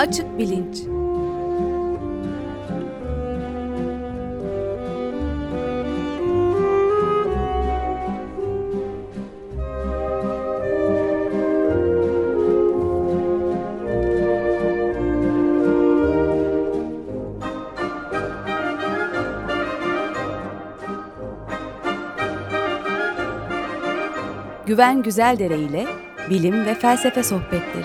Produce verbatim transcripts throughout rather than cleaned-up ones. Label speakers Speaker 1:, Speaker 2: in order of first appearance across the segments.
Speaker 1: Açık Bilinç. Güven Güzeldere ile bilim ve felsefe sohbetleri.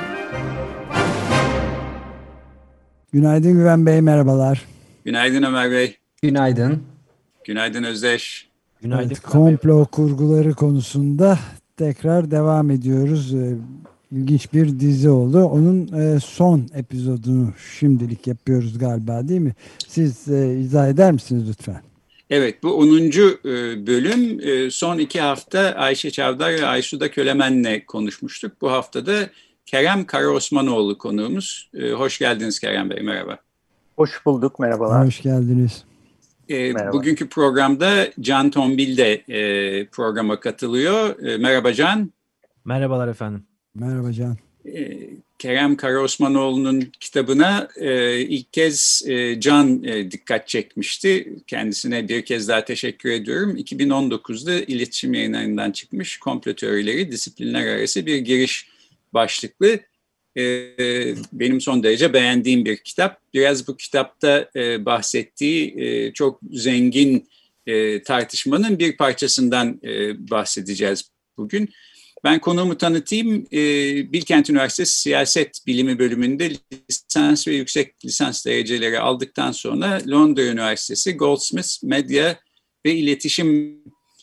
Speaker 2: Günaydın Güven Bey, merhabalar.
Speaker 3: Günaydın Ömer Bey.
Speaker 4: Günaydın.
Speaker 3: Günaydın Özdeş.
Speaker 2: Günaydın. Evet, komplo kurguları konusunda tekrar devam ediyoruz. Ee, İlginç bir dizi oldu. Onun e, son epizodunu şimdilik yapıyoruz galiba, değil mi? Siz e, izah eder misiniz lütfen?
Speaker 3: Evet, bu onuncu bölüm. Son iki hafta Ayşe Çavdar ve Aysuda Kölemen'le konuşmuştuk. Bu haftada Kerem Karaosmanoğlu konuğumuz. Hoş geldiniz Kerem Bey, merhaba.
Speaker 5: Hoş bulduk, merhabalar.
Speaker 2: Hoş geldiniz.
Speaker 3: Merhaba. Bugünkü programda Can Tombil de programa katılıyor. Merhaba Can.
Speaker 6: Merhabalar efendim.
Speaker 2: Merhaba Can.
Speaker 3: Kerem Karaosmanoğlu'nun kitabına e, ilk kez e, Can e, dikkat çekmişti. Kendisine bir kez daha teşekkür ediyorum. iki bin on dokuzda İletişim Yayınları'ndan çıkmış Komplo Teorileri Disiplinler Arası bir giriş başlıklı. E, benim son derece beğendiğim bir kitap. Biraz bu kitapta e, bahsettiği e, çok zengin e, tartışmanın bir parçasından e, bahsedeceğiz bugün. Ben konuğumu tanıtayım. Bilkent Üniversitesi Siyaset Bilimi bölümünde lisans ve yüksek lisans dereceleri aldıktan sonra Londra Üniversitesi Goldsmiths Medya ve İletişim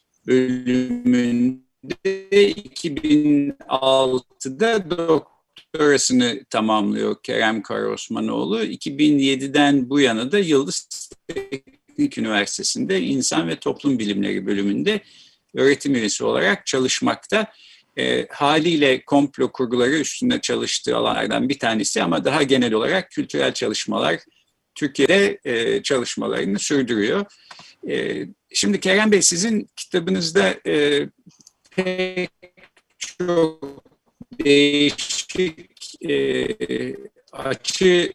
Speaker 3: bölümünde iki bin altıda doktorasını tamamlıyor Kerem Karaosmanoğlu. iki bin yediden bu yana da Yıldız Teknik Üniversitesi'nde İnsan ve Toplum Bilimleri bölümünde öğretim üyesi olarak çalışmakta. E, haliyle komplo kurguları üstünde çalıştığı alanlardan bir tanesi ama daha genel olarak kültürel çalışmalar, Türkiye'de e, çalışmalarını sürdürüyor. E, şimdi Kerem Bey, sizin kitabınızda e, pek çok değişik e, açı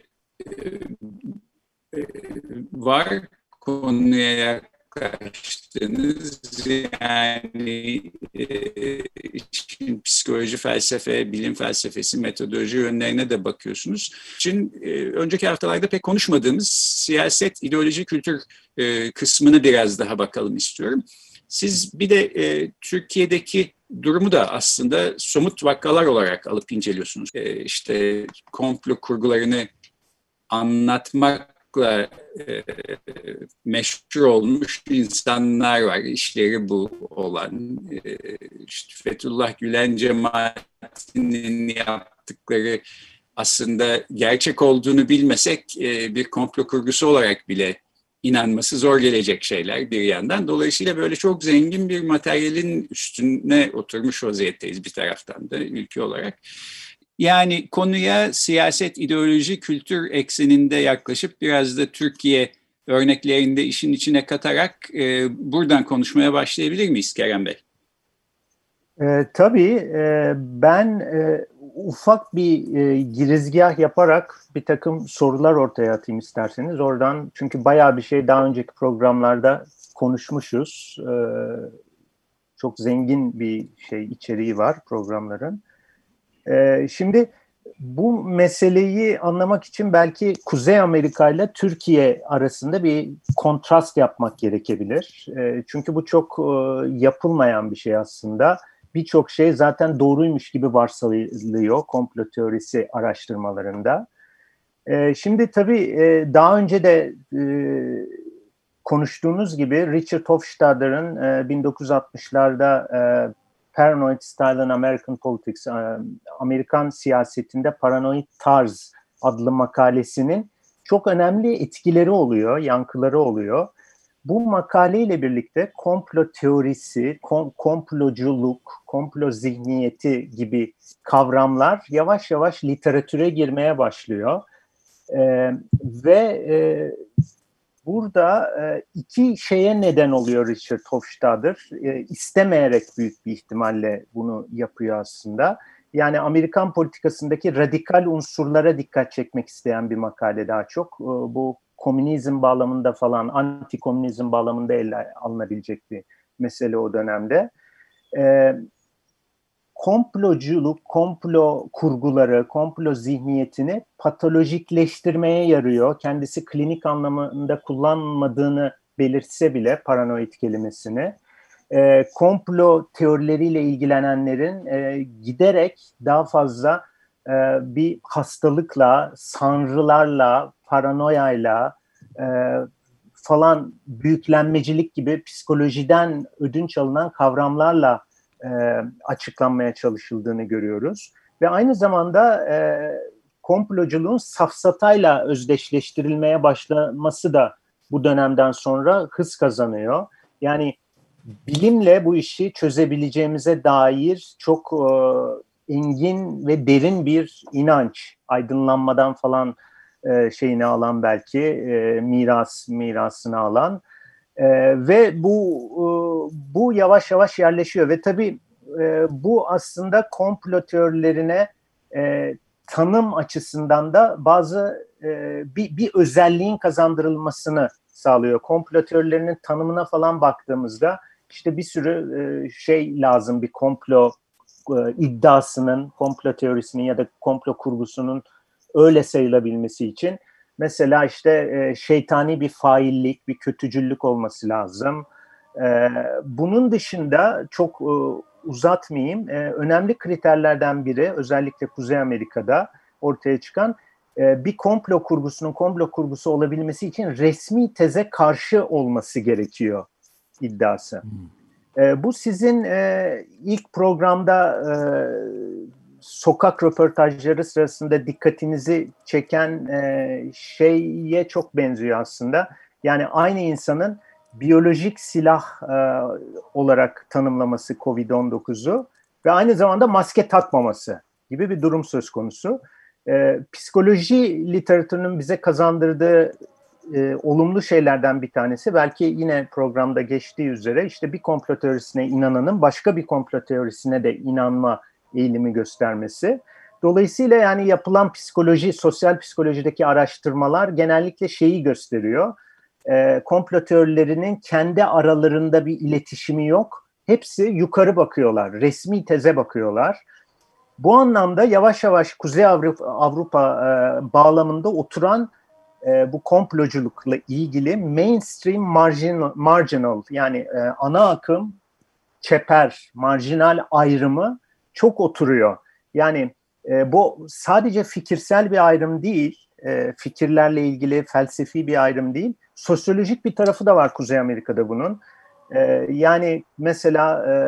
Speaker 3: e, var konuya yaklaştınız. Yani e, işin psikoloji, felsefe, bilim felsefesi, metodoloji yönlerine de bakıyorsunuz. Şimdi e, önceki haftalarda pek konuşmadığımız siyaset, ideoloji, kültür e, kısmını biraz daha bakalım istiyorum. Siz bir de e, Türkiye'deki durumu da aslında somut vakalar olarak alıp inceliyorsunuz. E, işte komplo kurgularını anlatmak E, meşhur olmuş insanlar var. İşleri bu olan. E, işte Fethullah Gülen cemaatinin yaptıkları aslında gerçek olduğunu bilmesek e, bir komplo kurgusu olarak bile inanması zor gelecek şeyler bir yandan. Dolayısıyla böyle çok zengin bir materyalin üstüne oturmuş vaziyetteyiz bir taraftan da ülke olarak. Yani konuya siyaset, ideoloji, kültür ekseninde yaklaşıp biraz da Türkiye örneklerinde işin içine katarak e, buradan konuşmaya başlayabilir miyiz Kerem Bey?
Speaker 5: E, tabii e, ben e, ufak bir e, girizgah yaparak bir takım sorular ortaya atayım isterseniz. Oradan, çünkü bayağı bir şey daha önceki programlarda konuşmuşuz. E, çok zengin bir şey içeriği var programların. Ee, şimdi bu meseleyi anlamak için belki Kuzey Amerika ile Türkiye arasında bir kontrast yapmak gerekebilir. Ee, çünkü bu çok e, yapılmayan bir şey aslında. Birçok şey zaten doğruymuş gibi varsayılıyor komplo teorisi araştırmalarında. Ee, şimdi tabii e, daha önce de e, konuştuğunuz gibi Richard Hofstadter'ın e, bin dokuz yüz altmışlarda e, Paranoid Style in American Politics, Amerikan siyasetinde paranoid tarz adlı makalesinin çok önemli etkileri oluyor, yankıları oluyor. Bu makaleyle birlikte komplo teorisi, kom- komploculuk, komplo zihniyeti gibi kavramlar yavaş yavaş literatüre girmeye başlıyor. Ee, ve e, Burada e, iki şeye neden oluyor Richard Hofstadter. E, istemeyerek büyük bir ihtimalle bunu yapıyor aslında. Yani Amerikan politikasındaki radikal unsurlara dikkat çekmek isteyen bir makale daha çok. Bu komünizm bağlamında falan, anti-komünizm bağlamında ele alınabilecek bir mesele o dönemde. Ee, komploculuk, komplo kurguları, komplo zihniyetini patolojikleştirmeye yarıyor. Kendisi klinik anlamında kullanmadığını belirtse bile paranoid kelimesini. E, komplo teorileriyle ilgilenenlerin e, giderek daha fazla e, bir hastalıkla, sanrılarla, paranoyayla e, falan büyüklenmecilik gibi psikolojiden ödünç alınan kavramlarla e, açıklanmaya çalışıldığını görüyoruz. Ve aynı zamanda e, komploculuğun safsatayla özdeşleştirilmeye başlaması da bu dönemden sonra hız kazanıyor. Yani bilimle bu işi çözebileceğimize dair çok e, engin ve derin bir inanç, aydınlanmadan falan e, şeyini alan belki e, miras mirasını alan e, ve bu e, bu yavaş yavaş yerleşiyor ve tabii e, bu aslında komplo teorilerine e, tanım açısından da bazı e, bir, bir özelliğin kazandırılmasını sağlıyor. Komplo teorilerinin tanımına falan baktığımızda İşte bir sürü e, şey lazım bir komplo e, iddiasının, komplo teorisinin ya da komplo kurgusunun öyle sayılabilmesi için. Mesela işte e, şeytani bir faillik, bir kötücüllük olması lazım. E, bunun dışında çok e, uzatmayayım. E, önemli kriterlerden biri özellikle Kuzey Amerika'da ortaya çıkan e, bir komplo kurgusunun komplo kurgusu olabilmesi için resmi teze karşı olması gerekiyor iddiası. Hmm. E, bu sizin e, ilk programda e, sokak röportajları sırasında dikkatinizi çeken e, şeye çok benziyor aslında. Yani aynı insanın biyolojik silah e, olarak tanımlaması kovid on dokuzu ve aynı zamanda maske takmaması gibi bir durum söz konusu. E, psikoloji literatürünün bize kazandırdığı E, olumlu şeylerden bir tanesi belki yine programda geçtiği üzere işte bir komplo teorisine inananın başka bir komplo teorisine de inanma eğilimi göstermesi. Dolayısıyla yani yapılan psikoloji, sosyal psikolojideki araştırmalar genellikle şeyi gösteriyor. E, komplo teorilerinin kendi aralarında bir iletişimi yok. Hepsi yukarı bakıyorlar, resmi teze bakıyorlar. Bu anlamda yavaş yavaş Kuzey Avrupa, Avrupa e, bağlamında oturan bu komploculukla ilgili mainstream marginal, marginal yani e, ana akım, çeper, marjinal ayrımı çok oturuyor. Yani e, bu sadece fikirsel bir ayrım değil, e, fikirlerle ilgili felsefi bir ayrım değil, sosyolojik bir tarafı da var Kuzey Amerika'da bunun. E, yani mesela e,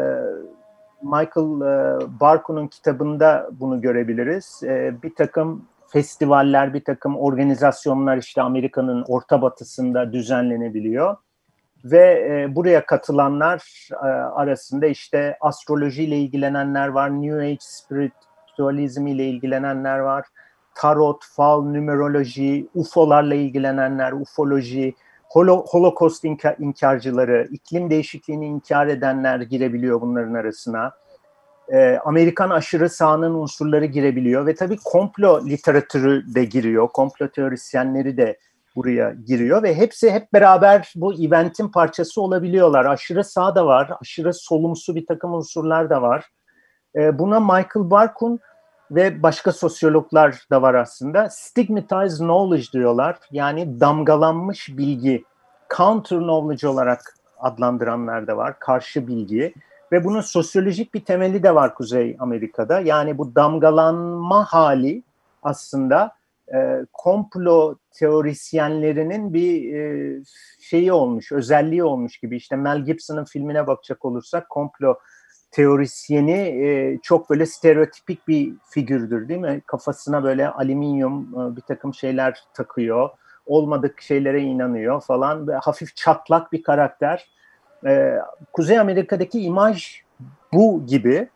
Speaker 5: Michael e, Barkun'un kitabında bunu görebiliriz. E, bir takım festivaller, bir takım organizasyonlar işte Amerika'nın orta batısında düzenlenebiliyor. Ve e, buraya katılanlar e, arasında işte astrolojiyle ilgilenenler var, New Age spiritualizm ile ilgilenenler var, tarot, fal, numeroloji, U F O'larla ilgilenenler, ufoloji, holo, holocaust inkar, inkarcıları, iklim değişikliğini inkar edenler girebiliyor bunların arasına. E, Amerikan aşırı sağının unsurları girebiliyor ve tabii komplo literatürü de giriyor, komplo teorisyenleri de buraya giriyor ve hepsi hep beraber bu eventin parçası olabiliyorlar. Aşırı sağ da var, aşırı solumsu bir takım unsurlar da var. E, buna Michael Barkun ve başka sosyologlar da var aslında. Stigmatized knowledge diyorlar, yani damgalanmış bilgi, counter knowledge olarak adlandıranlar da var, karşı bilgi. Ve bunun sosyolojik bir temeli de var Kuzey Amerika'da. Yani bu damgalanma hali aslında e, komplo teorisyenlerinin bir e, şeyi olmuş, özelliği olmuş gibi. İşte Mel Gibson'ın filmine bakacak olursak komplo teorisyeni e, çok böyle stereotipik bir figürdür değil mi? Kafasına böyle alüminyum e, bir takım şeyler takıyor, olmadık şeylere inanıyor falan. Ve hafif çatlak bir karakter. Ee, Kuzey Amerika'daki imaj bu gibi.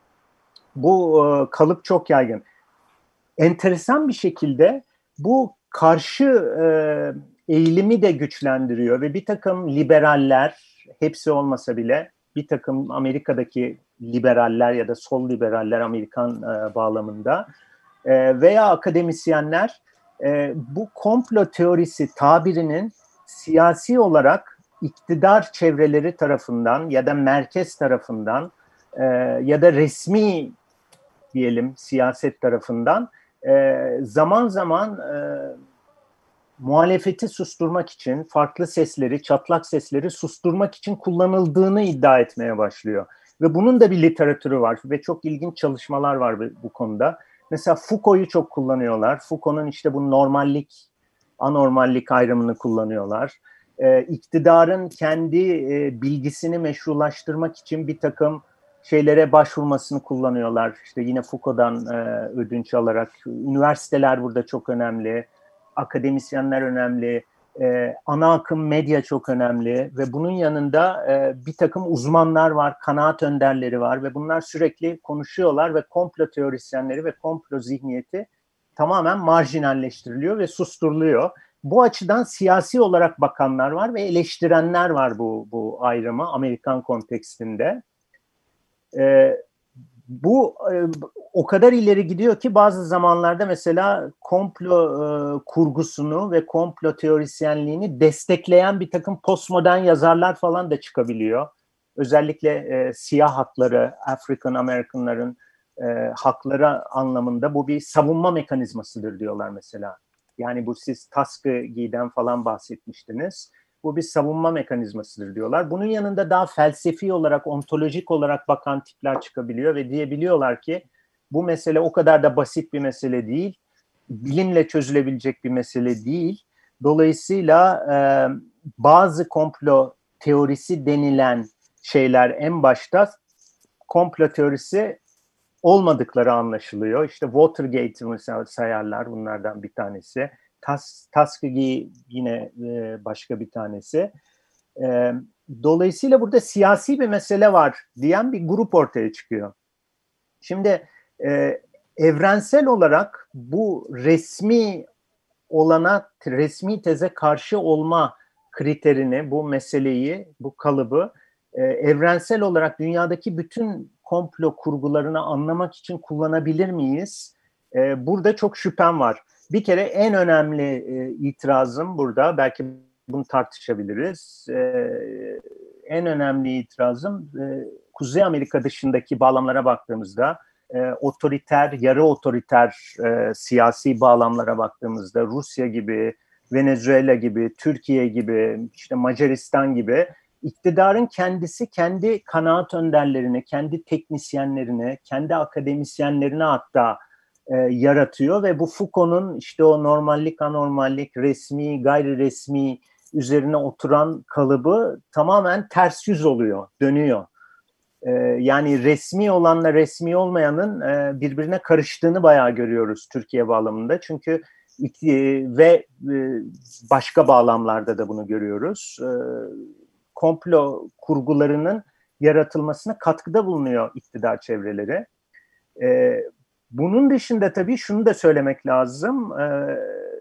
Speaker 5: Bu e, kalıp çok yaygın. Enteresan bir şekilde bu karşı e, eğilimi de güçlendiriyor ve bir takım liberaller, hepsi olmasa bile bir takım Amerika'daki liberaller ya da sol liberaller Amerikan e, bağlamında e, veya akademisyenler e, bu komplo teorisi tabirinin siyasi olarak iktidar çevreleri tarafından ya da merkez tarafından e, ya da resmi diyelim siyaset tarafından e, zaman zaman e, muhalefeti susturmak için, farklı sesleri, çatlak sesleri susturmak için kullanıldığını iddia etmeye başlıyor. Ve bunun da bir literatürü var ve çok ilginç çalışmalar var bu, bu konuda. Mesela Foucault'u çok kullanıyorlar. Foucault'un işte bu normallik, anormallik ayrımını kullanıyorlar. Ee, iktidarın kendi e, bilgisini meşrulaştırmak için bir takım şeylere başvurmasını kullanıyorlar. İşte yine Foucault'dan e, ödünç alarak. Üniversiteler burada çok önemli. Akademisyenler önemli, e, ana akım medya çok önemli ve bunun yanında e, bir takım uzmanlar var, kanaat önderleri var ve bunlar sürekli konuşuyorlar ve komplo teorisyenleri ve komplo zihniyeti tamamen marjinalleştiriliyor ve susturuluyor. Bu açıdan siyasi olarak bakanlar var ve eleştirenler var bu, bu ayrımı Amerikan kontekstinde. E, Bu e, o kadar ileri gidiyor ki bazı zamanlarda mesela komplo e, kurgusunu ve komplo teorisyenliğini destekleyen bir takım postmodern yazarlar falan da çıkabiliyor. Özellikle e, siyah hakları, African Americanların e, hakları anlamında bu bir savunma mekanizmasıdır diyorlar mesela. Yani bu siz Tuskegee falan bahsetmiştiniz. Bu bir savunma mekanizmasıdır diyorlar. Bunun yanında daha felsefi olarak, ontolojik olarak bakan tipler çıkabiliyor ve diyebiliyorlar ki bu mesele o kadar da basit bir mesele değil. Bilimle çözülebilecek bir mesele değil. Dolayısıyla e, bazı komplo teorisi denilen şeyler en başta komplo teorisi olmadıkları anlaşılıyor. İşte Watergate'i mesela sayarlar, bunlardan bir tanesi. Tas, Tuskegee yine e, başka bir tanesi. E, dolayısıyla burada siyasi bir mesele var diyen bir grup ortaya çıkıyor. Şimdi e, evrensel olarak bu resmi olana, resmi teze karşı olma kriterini, bu meseleyi, bu kalıbı e, evrensel olarak dünyadaki bütün komplo kurgularını anlamak için kullanabilir miyiz? E, burada çok şüphem var. Bir kere en önemli e, itirazım burada, belki bunu tartışabiliriz. E, en önemli itirazım e, Kuzey Amerika dışındaki bağlamlara baktığımızda, e, otoriter, yarı otoriter e, siyasi bağlamlara baktığımızda Rusya gibi, Venezuela gibi, Türkiye gibi, işte Macaristan gibi iktidarın kendisi kendi kanaat önderlerini, kendi teknisyenlerini, kendi akademisyenlerini hatta E, yaratıyor ve bu Foucault'un işte o normallik, anormallik, resmi, gayri resmi üzerine oturan kalıbı tamamen ters yüz oluyor, dönüyor. E, yani resmi olanla resmi olmayanın e, birbirine karıştığını bayağı görüyoruz Türkiye bağlamında. Çünkü e, ve e, başka bağlamlarda da bunu görüyoruz. E, komplo kurgularının yaratılmasına katkıda bulunuyor iktidar çevreleri. E, Bunun dışında tabii şunu da söylemek lazım. Ee,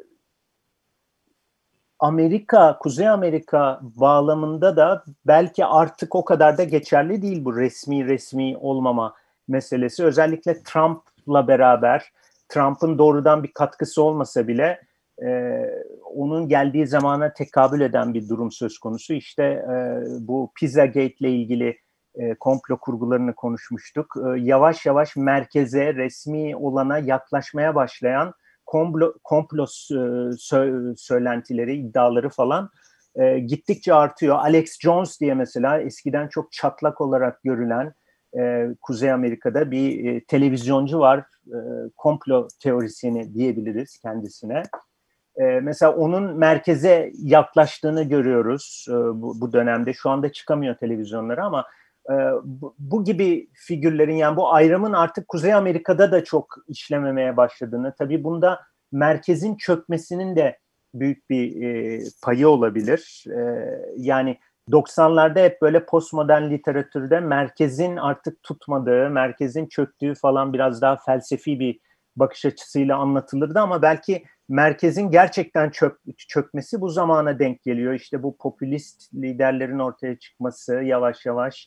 Speaker 5: Amerika, Kuzey Amerika bağlamında da belki artık o kadar da geçerli değil bu resmi resmi olmama meselesi. Özellikle Trump'la beraber, Trump'ın doğrudan bir katkısı olmasa bile e, onun geldiği zamana tekabül eden bir durum söz konusu. İşte e, bu Pizzagate ile ilgili E, komplo kurgularını konuşmuştuk. E, yavaş yavaş merkeze, resmi olana yaklaşmaya başlayan komplo, komplo sö, söylentileri, iddiaları falan e, gittikçe artıyor. Alex Jones diye mesela eskiden çok çatlak olarak görülen e, Kuzey Amerika'da bir e, televizyoncu var. E, komplo teorisyeni diyebiliriz kendisine. E, mesela onun merkeze yaklaştığını görüyoruz e, bu, bu dönemde. Şu anda çıkamıyor televizyonlara ama Bu, bu gibi figürlerin, yani bu ayrımın artık Kuzey Amerika'da da çok işlememeye başladığını, tabii bunda merkezin çökmesinin de büyük bir e, payı olabilir. E, yani doksanlarda hep böyle postmodern literatürde merkezin artık tutmadığı, merkezin çöktüğü falan biraz daha felsefi bir bakış açısıyla anlatılırdı ama belki merkezin gerçekten çök, çökmesi bu zamana denk geliyor. İşte bu popülist liderlerin ortaya çıkması yavaş yavaş.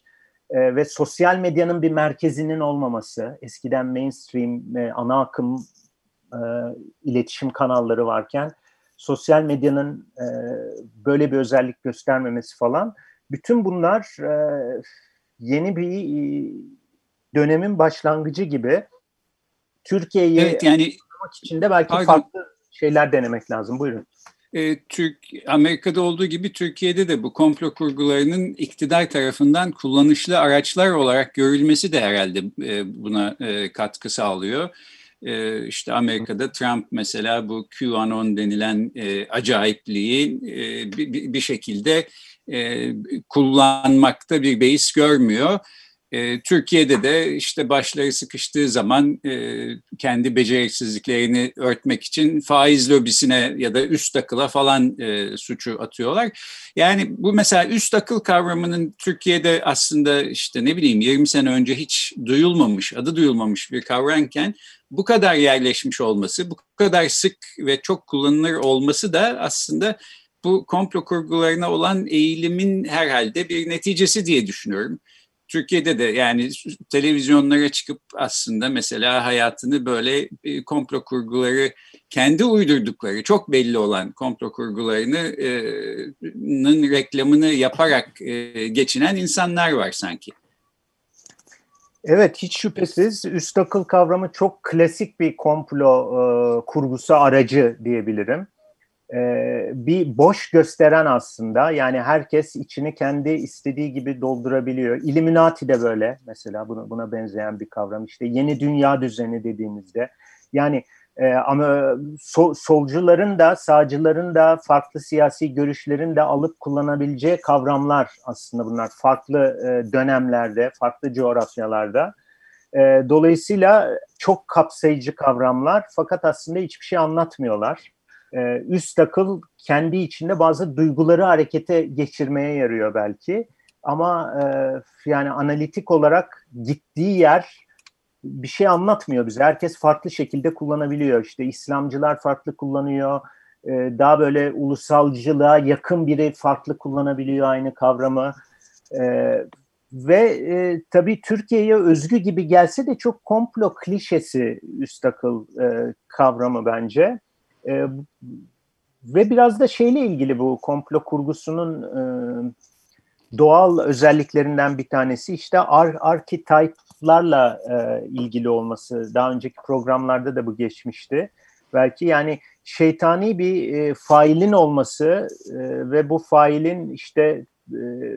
Speaker 5: e, ve sosyal medyanın bir merkezinin olmaması, eskiden mainstream, e, ana akım e, iletişim kanalları varken sosyal medyanın e, böyle bir özellik göstermemesi falan, bütün bunlar e, yeni bir e, dönemin başlangıcı gibi. Türkiye'yi
Speaker 3: evet, yani
Speaker 5: anlamak için de belki
Speaker 3: pardon.
Speaker 5: farklı şeyler denemek lazım. Buyurun.
Speaker 3: E, Türk Amerika'da olduğu gibi Türkiye'de de bu komplo kurgularının iktidar tarafından kullanışlı araçlar olarak görülmesi de herhalde e, buna e, katkı sağlıyor. E, işte Amerika'da Trump mesela bu QAnon denilen e, acayipliği e, bir, bir şekilde e, kullanmakta bir beis görmüyor. E, Türkiye'de de işte başları sıkıştığı zaman e, kendi beceriksizliklerini örtmek için faiz lobisine ya da üst akıla falan e, suçu atıyorlar. Yani bu mesela üst akıl kavramının Türkiye'de aslında işte ne bileyim yirmi sene önce hiç duyulmamış, adı duyulmamış bir kavramken bu kadar yerleşmiş olması, bu kadar sık ve çok kullanılır olması da aslında bu komplo kurgularına olan eğilimin herhalde bir neticesi diye düşünüyorum. Türkiye'de de yani televizyonlara çıkıp aslında mesela hayatını böyle e, komplo kurguları, kendi uydurdukları çok belli olan komplo kurgularının reklamını yaparak e, geçinen insanlar var sanki.
Speaker 5: Evet, hiç şüphesiz üst akıl kavramı çok klasik bir komplo e, kurgusu aracı diyebilirim. Ee, bir boş gösteren aslında, yani herkes içini kendi istediği gibi doldurabiliyor. Illuminati de böyle mesela, buna, buna benzeyen bir kavram. İşte yeni dünya düzeni dediğimizde yani e, ama sol, solcuların da sağcıların da farklı siyasi görüşlerin de alıp kullanabileceği kavramlar aslında bunlar, farklı e, dönemlerde, farklı coğrafyalarda. E, dolayısıyla çok kapsayıcı kavramlar, fakat aslında hiçbir şey anlatmıyorlar. Ee, üst akıl kendi içinde bazı duyguları harekete geçirmeye yarıyor belki, ama e, yani analitik olarak gittiği yer bir şey anlatmıyor bize. Herkes farklı şekilde kullanabiliyor. İşte İslamcılar farklı kullanıyor, e, daha böyle ulusalcılığa yakın biri farklı kullanabiliyor aynı kavramı. E, ve e, tabii Türkiye'ye özgü gibi gelse de çok komplo klişesi üst akıl e, kavramı bence. E, ve biraz da şeyle ilgili, bu komplo kurgusunun e, doğal özelliklerinden bir tanesi işte ar- arketiplerle e, ilgili olması. Daha önceki programlarda da bu geçmişti. Belki yani şeytani bir e, failin olması e, ve bu failin işte e,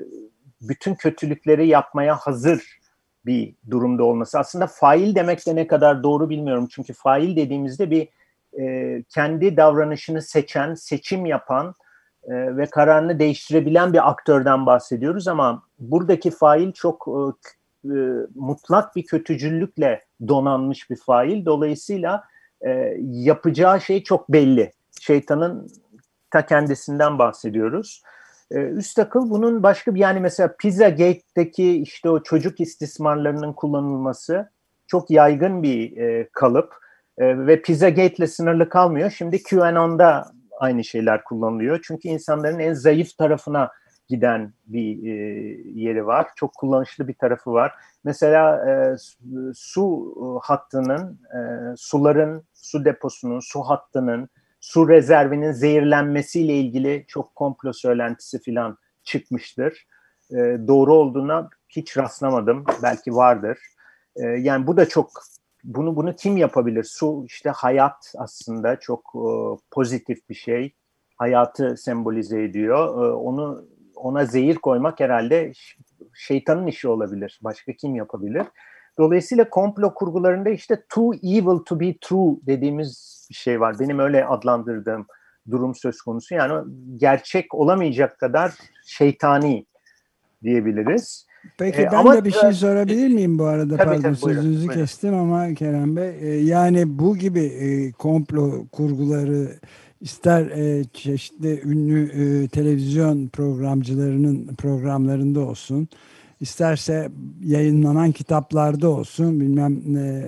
Speaker 5: bütün kötülükleri yapmaya hazır bir durumda olması. Aslında fail demek de ne kadar doğru bilmiyorum. Çünkü fail dediğimizde bir e, kendi davranışını seçen, seçim yapan e, ve kararını değiştirebilen bir aktörden bahsediyoruz, ama buradaki fail çok e, e, mutlak bir kötücüllükle donanmış bir fail. Dolayısıyla e, yapacağı şey çok belli. Şeytanın ta kendisinden bahsediyoruz. Ee, üst akıl bunun başka bir, yani mesela Pizzagate'deki işte o çocuk istismarlarının kullanılması çok yaygın bir e, kalıp e, ve Pizzagate'le sınırlı kalmıyor. Şimdi QAnon'da aynı şeyler kullanılıyor. Çünkü insanların en zayıf tarafına giden bir e, yeri var. Çok kullanışlı bir tarafı var. Mesela e, su hattının, e, suların, su deposunun, su hattının, su rezervinin zehirlenmesiyle ilgili çok komplo söylentisi falan çıkmıştır. E, doğru olduğuna hiç rastlamadım. Belki vardır. E, yani bu da çok, bunu bunu kim yapabilir? Su işte hayat, aslında çok e, pozitif bir şey. Hayatı sembolize ediyor. E, onu ona zehir koymak herhalde şeytanın işi olabilir. Başka kim yapabilir? Dolayısıyla komplo kurgularında işte too evil to be true dediğimiz bir şey var. Benim öyle adlandırdığım durum söz konusu. Yani gerçek olamayacak kadar şeytani diyebiliriz.
Speaker 2: Peki
Speaker 5: ee,
Speaker 2: ben
Speaker 5: ama
Speaker 2: de bir şey sorabilir miyim bu arada?
Speaker 5: tabii,
Speaker 2: Pardon,
Speaker 5: tabii, buyurun,
Speaker 2: sözünüzü
Speaker 5: buyurun.
Speaker 2: kestim ama Kerem Bey. Ee, yani bu gibi e, komplo kurguları ister e, çeşitli ünlü e, televizyon programcılarının programlarında olsun, isterse yayınlanan kitaplarda olsun, bilmem ne,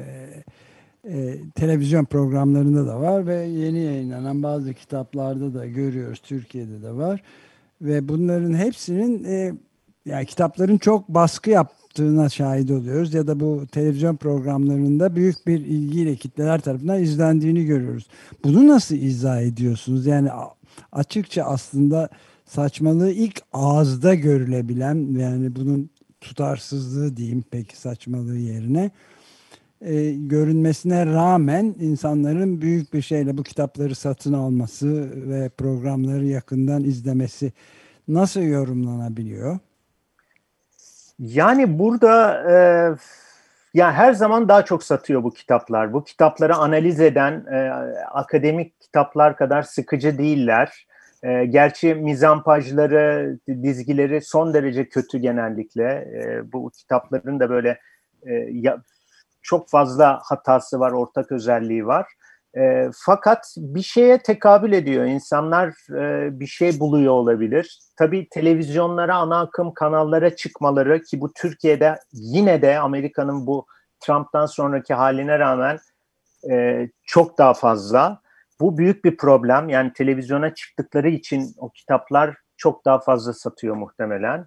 Speaker 2: e, televizyon programlarında da var ve yeni yayınlanan bazı kitaplarda da görüyoruz, Türkiye'de de var ve bunların hepsinin e, yani kitapların çok baskı yaptığı arttığına şahit oluyoruz ya da bu televizyon programlarında büyük bir ilgiyle kitleler tarafından izlendiğini görüyoruz. Bunu nasıl izah ediyorsunuz? Yani açıkça aslında saçmalığı ilk ağızda görülebilen, yani bunun tutarsızlığı diyeyim peki saçmalığı yerine, e, görünmesine rağmen insanların büyük bir şeyle bu kitapları satın alması ve programları yakından izlemesi nasıl yorumlanabiliyor?
Speaker 5: Yani burada e, ya her zaman daha çok satıyor bu kitaplar. Bu kitapları analiz eden e, akademik kitaplar kadar sıkıcı değiller. E, gerçi mizampajları, dizgileri son derece kötü genellikle. E, bu kitapların da böyle e, ya, çok fazla hatası var, ortak özelliği var. E, fakat bir şeye tekabül ediyor. İnsanlar e, bir şey buluyor olabilir. Tabii televizyonlara, ana akım kanallara çıkmaları, ki bu Türkiye'de yine de Amerika'nın bu Trump'tan sonraki haline rağmen e, çok daha fazla. Bu büyük bir problem. Yani televizyona çıktıkları için o kitaplar çok daha fazla satıyor muhtemelen.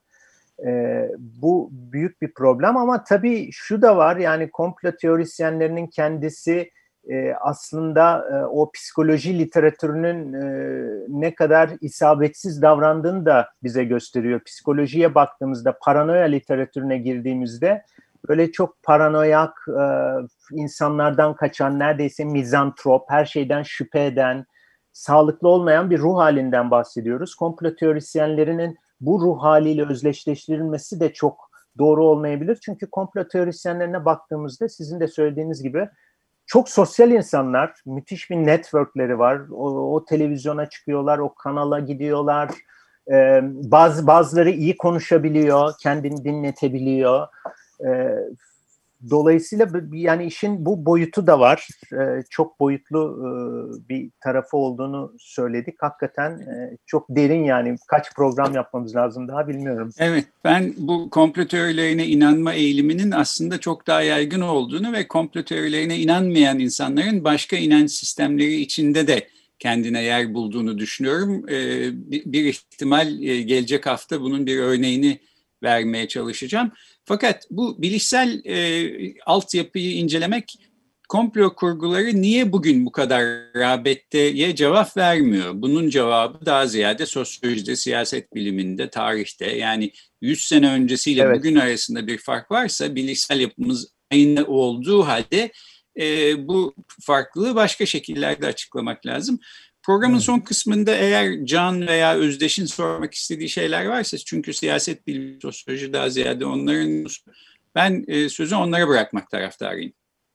Speaker 5: E, bu büyük bir problem ama tabii şu da var, yani komplo teorisyenlerinin kendisi e, aslında e, o psikoloji literatürünün e, ne kadar isabetsiz davrandığını da bize gösteriyor. Psikolojiye baktığımızda, paranoya literatürüne girdiğimizde böyle çok paranoyak, e, insanlardan kaçan, neredeyse mizantrop, her şeyden şüphe eden, sağlıklı olmayan bir ruh halinden bahsediyoruz. Komplo teorisyenlerinin bu ruh haliyle özdeşleştirilmesi de çok doğru olmayabilir. Çünkü komplo teorisyenlerine baktığımızda sizin de söylediğiniz gibi çok sosyal insanlar, müthiş bir networkleri var. O, o televizyona çıkıyorlar, o kanala gidiyorlar. Ee, bazı bazıları iyi konuşabiliyor, kendini dinletebiliyor. Ee, Dolayısıyla yani işin bu boyutu da var. Ee, çok boyutlu e, bir tarafı olduğunu söyledik. Hakikaten e, çok derin, yani kaç program yapmamız lazım daha bilmiyorum.
Speaker 3: Evet, ben bu komplo teorilerine inanma eğiliminin aslında çok daha yaygın olduğunu ve komplo teorilerine inanmayan insanların başka inanç sistemleri içinde de kendine yer bulduğunu düşünüyorum. Ee, bir, bir ihtimal e, gelecek hafta bunun bir örneğini vermeye çalışacağım. Fakat bu bilişsel e, altyapıyı incelemek, komplo kurguları niye bugün bu kadar rağbetteye cevap vermiyor? Bunun cevabı daha ziyade sosyolojide, siyaset biliminde, tarihte. Yani yüz sene öncesiyle evet. Bugün arasında bir fark varsa, bilişsel yapımız aynı olduğu halde e, bu farklılığı başka şekillerde açıklamak lazım. Programın evet. son kısmında eğer Can veya Özdeş'in sormak istediği şeyler varsa, çünkü siyaset bilimi, sosyoloji daha ziyade onların, ben e, sözü onlara bırakmak taraftarıyım.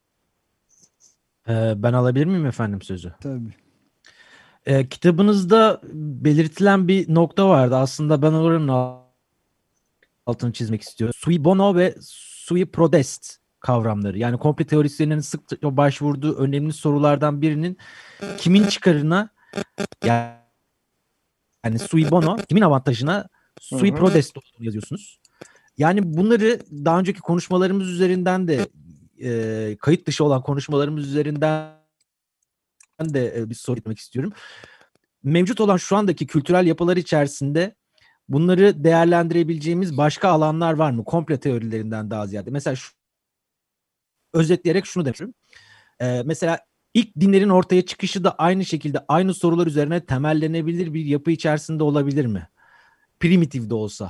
Speaker 4: Ee, ben alabilir miyim efendim sözü?
Speaker 2: Tabii.
Speaker 4: Ee, kitabınızda belirtilen bir nokta vardı. Aslında ben oranın altını çizmek istiyorum. Sui bono ve sui prodest kavramları. Yani komplo teorisyenlerin sık başvurduğu önemli sorulardan birinin kimin çıkarına, yani sui bono, kimin avantajına, sui prodest olduğunu yazıyorsunuz. Yani bunları daha önceki konuşmalarımız üzerinden de e, kayıt dışı olan konuşmalarımız üzerinden de e, bir soru etmek istiyorum. Mevcut olan şu andaki kültürel yapılar içerisinde bunları değerlendirebileceğimiz başka alanlar var mı? Komplo teorilerinden daha ziyade. Mesela şu, özetleyerek şunu demişim. Ee, mesela ilk dinlerin ortaya çıkışı da aynı şekilde aynı sorular üzerine temellenebilir bir yapı içerisinde olabilir mi? Primitif de olsa.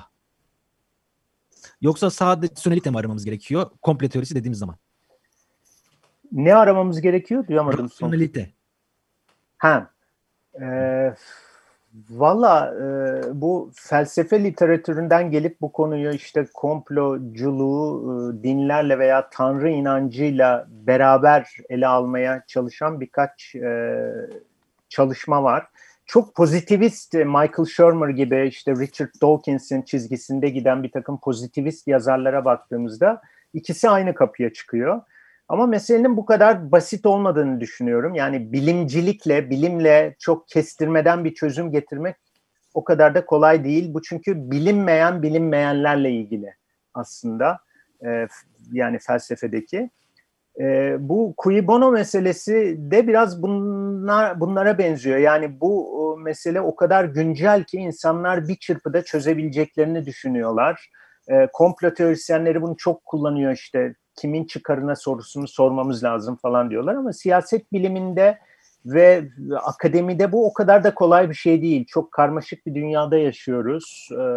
Speaker 4: Yoksa sadece rasyonelite mi aramamız gerekiyor komplo teorisi dediğimiz zaman?
Speaker 5: Ne aramamız gerekiyor? Duyamadım.
Speaker 4: Rasyonelite.
Speaker 5: Ha. Eee Valla e, bu felsefe literatüründen gelip bu konuyu işte komploculuğu e, dinlerle veya tanrı inancıyla beraber ele almaya çalışan birkaç e, çalışma var. Çok pozitivist, Michael Shermer gibi, işte Richard Dawkins'in çizgisinde giden bir takım pozitivist yazarlara baktığımızda ikisi aynı kapıya çıkıyor. Ama meselenin bu kadar basit olmadığını düşünüyorum. Yani bilimcilikle, bilimle çok kestirmeden bir çözüm getirmek o kadar da kolay değil. Bu çünkü bilinmeyen bilinmeyenlerle ilgili aslında. Ee, yani felsefedeki. Ee, bu cui bono meselesi de biraz bunlar, bunlara benziyor. Yani bu o, mesele o kadar güncel ki insanlar bir çırpıda çözebileceklerini düşünüyorlar. E, komplo teorisyenleri bunu çok kullanıyor, işte kimin çıkarına sorusunu sormamız lazım falan diyorlar, ama siyaset biliminde ve akademide bu o kadar da kolay bir şey değil. Çok karmaşık bir dünyada yaşıyoruz. E,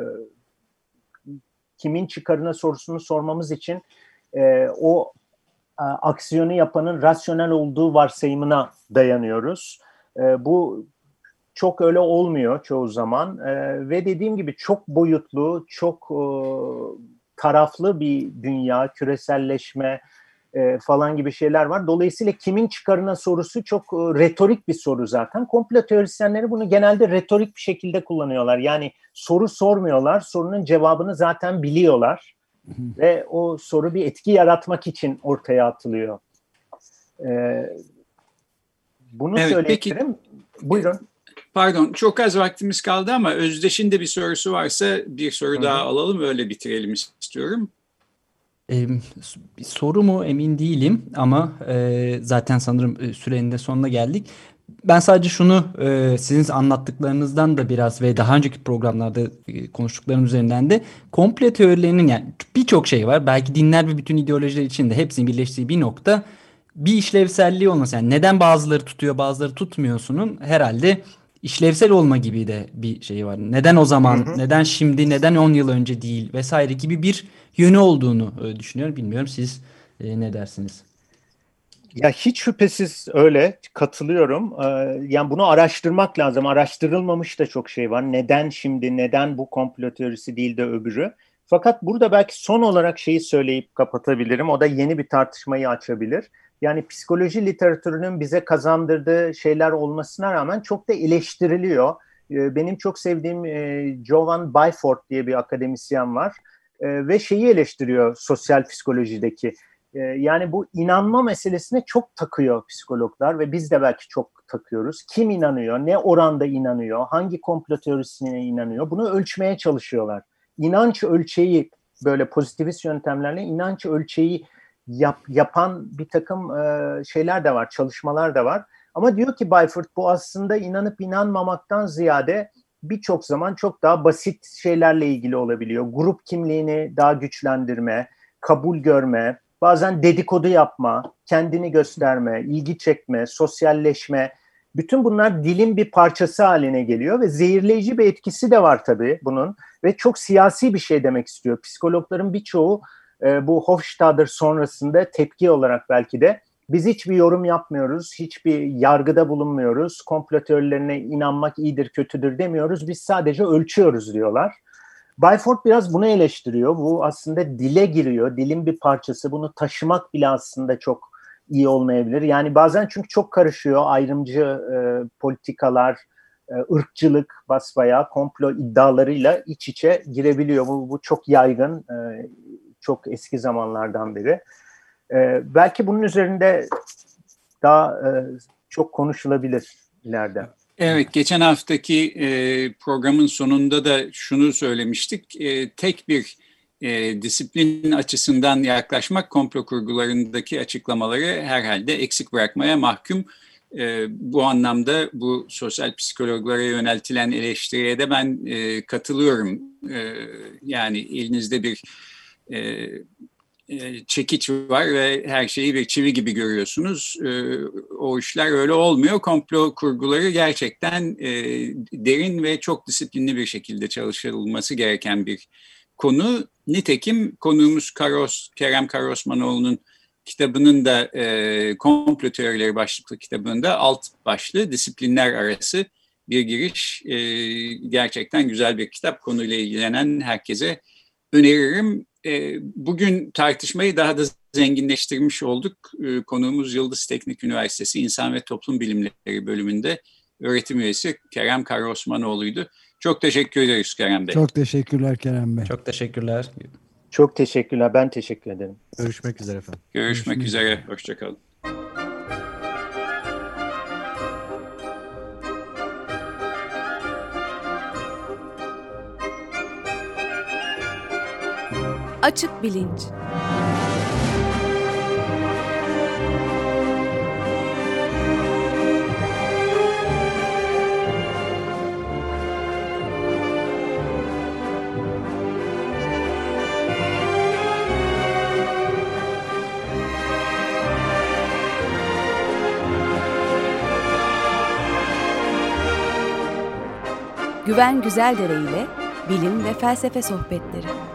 Speaker 5: kimin çıkarına sorusunu sormamız için e, o a, aksiyonu yapanın rasyonel olduğu varsayımına dayanıyoruz. E, bu çok öyle olmuyor çoğu zaman e, ve dediğim gibi çok boyutlu, çok e, taraflı bir dünya, küreselleşme e, falan gibi şeyler var. Dolayısıyla kimin çıkarına sorusu çok e, retorik bir soru zaten. Komplo teorisyenleri bunu genelde retorik bir şekilde kullanıyorlar. Yani soru sormuyorlar, sorunun cevabını zaten biliyorlar ve o soru bir etki yaratmak için ortaya atılıyor. E, bunu
Speaker 3: evet,
Speaker 5: söyleyebilirim. Peki, buyurun.
Speaker 3: Pardon, çok az vaktimiz kaldı ama Özdeş'in de bir sorusu varsa bir soru Hı-hı. daha alalım, öyle bitirelim istiyorum.
Speaker 6: Ee, bir soru mu emin değilim ama e, zaten sanırım sürenin de sonuna geldik. Ben sadece şunu e, sizin anlattıklarınızdan da biraz ve daha önceki programlarda e, konuştuklarım üzerinden de komplo teorilerinin, yani birçok şey var. Belki dinler ve bütün ideolojiler içinde hepsinin birleştiği bir nokta, bir işlevselliği olması. Yani neden bazıları tutuyor bazıları tutmuyorsunun herhalde işlevsel olma gibi de bir şey var. Neden o zaman, hı hı. neden şimdi, neden on yıl önce değil vesaire gibi bir yönü olduğunu e, düşünüyorum. Bilmiyorum, siz e, ne dersiniz?
Speaker 5: Ya hiç şüphesiz öyle, katılıyorum. Ee, yani bunu araştırmak lazım. Araştırılmamış da çok şey var. Neden şimdi, neden bu komplo teorisi değil de öbürü? Fakat burada belki son olarak şeyi söyleyip kapatabilirim. O da yeni bir tartışmayı açabilir. Yani psikoloji literatürünün bize kazandırdığı şeyler olmasına rağmen çok da eleştiriliyor. Ee, benim çok sevdiğim e, Jovan Byford diye bir akademisyen var. E, ve şeyi eleştiriyor sosyal psikolojideki. Yani bu inanma meselesine çok takıyor psikologlar ve biz de belki çok takıyoruz. Kim inanıyor, ne oranda inanıyor, hangi komplo teorisine inanıyor, bunu ölçmeye çalışıyorlar. İnanç ölçeği, böyle pozitivist yöntemlerle inanç ölçeği yap, yapan bir takım e, şeyler de var, çalışmalar da var. Ama diyor ki Byford, bu aslında inanıp inanmamaktan ziyade birçok zaman çok daha basit şeylerle ilgili olabiliyor. Grup kimliğini daha güçlendirme, kabul görme, bazen dedikodu yapma, kendini gösterme, ilgi çekme, sosyalleşme, bütün bunlar dilin bir parçası haline geliyor ve zehirleyici bir etkisi de var tabii bunun ve çok siyasi bir şey demek istiyor. Psikologların birçoğu e, bu Hofstadter sonrasında tepki olarak belki de biz hiçbir yorum yapmıyoruz, hiçbir yargıda bulunmuyoruz, komplo teorilerine inanmak iyidir, kötüdür demiyoruz, biz sadece ölçüyoruz diyorlar. Byford biraz bunu eleştiriyor. Bu aslında dile giriyor. Dilin bir parçası. Bunu taşımak bile aslında çok iyi olmayabilir. Yani bazen çünkü çok karışıyor. Ayrımcı e, politikalar, e, ırkçılık basbayağı komplo iddialarıyla iç içe girebiliyor. Bu, bu çok yaygın. E, çok eski zamanlardan beri. E, belki bunun üzerinde daha e, çok konuşulabilir ileride.
Speaker 3: Evet, geçen haftaki e, programın sonunda da şunu söylemiştik. E, tek bir e, disiplin açısından yaklaşmak komplo kurgularındaki açıklamaları herhalde eksik bırakmaya mahkum. E, bu anlamda bu sosyal psikologlara yöneltilen eleştiriye de ben e, katılıyorum. E, yani elinizde bir e, çekiç var ve her şeyi bir çivi gibi görüyorsunuz. O işler öyle olmuyor. Komplo kurguları gerçekten derin ve çok disiplinli bir şekilde çalışılması gereken bir konu. Nitekim konuğumuz Karos, Kerem Karosmanoğlu'nun kitabının da komplo teorileri başlıklı kitabında alt başlığı disiplinler arası bir giriş. Gerçekten güzel bir kitap. Konuyla ilgilenen herkese öneririm. Bugün tartışmayı daha da zenginleştirmiş olduk. Konuğumuz Yıldız Teknik Üniversitesi İnsan ve Toplum Bilimleri bölümünde öğretim üyesi Kerem Karosmanoğlu'ydu. Çok teşekkür ederiz Kerem Bey.
Speaker 2: Çok teşekkürler Kerem Bey.
Speaker 6: Çok teşekkürler.
Speaker 5: Çok teşekkürler. Ben teşekkür ederim.
Speaker 4: Görüşmek üzere efendim.
Speaker 3: Görüşmek, Görüşmek üzere. Hoşçakalın.
Speaker 1: Açık Bilinç. Güven Güzeldere ile bilim ve felsefe sohbetleri.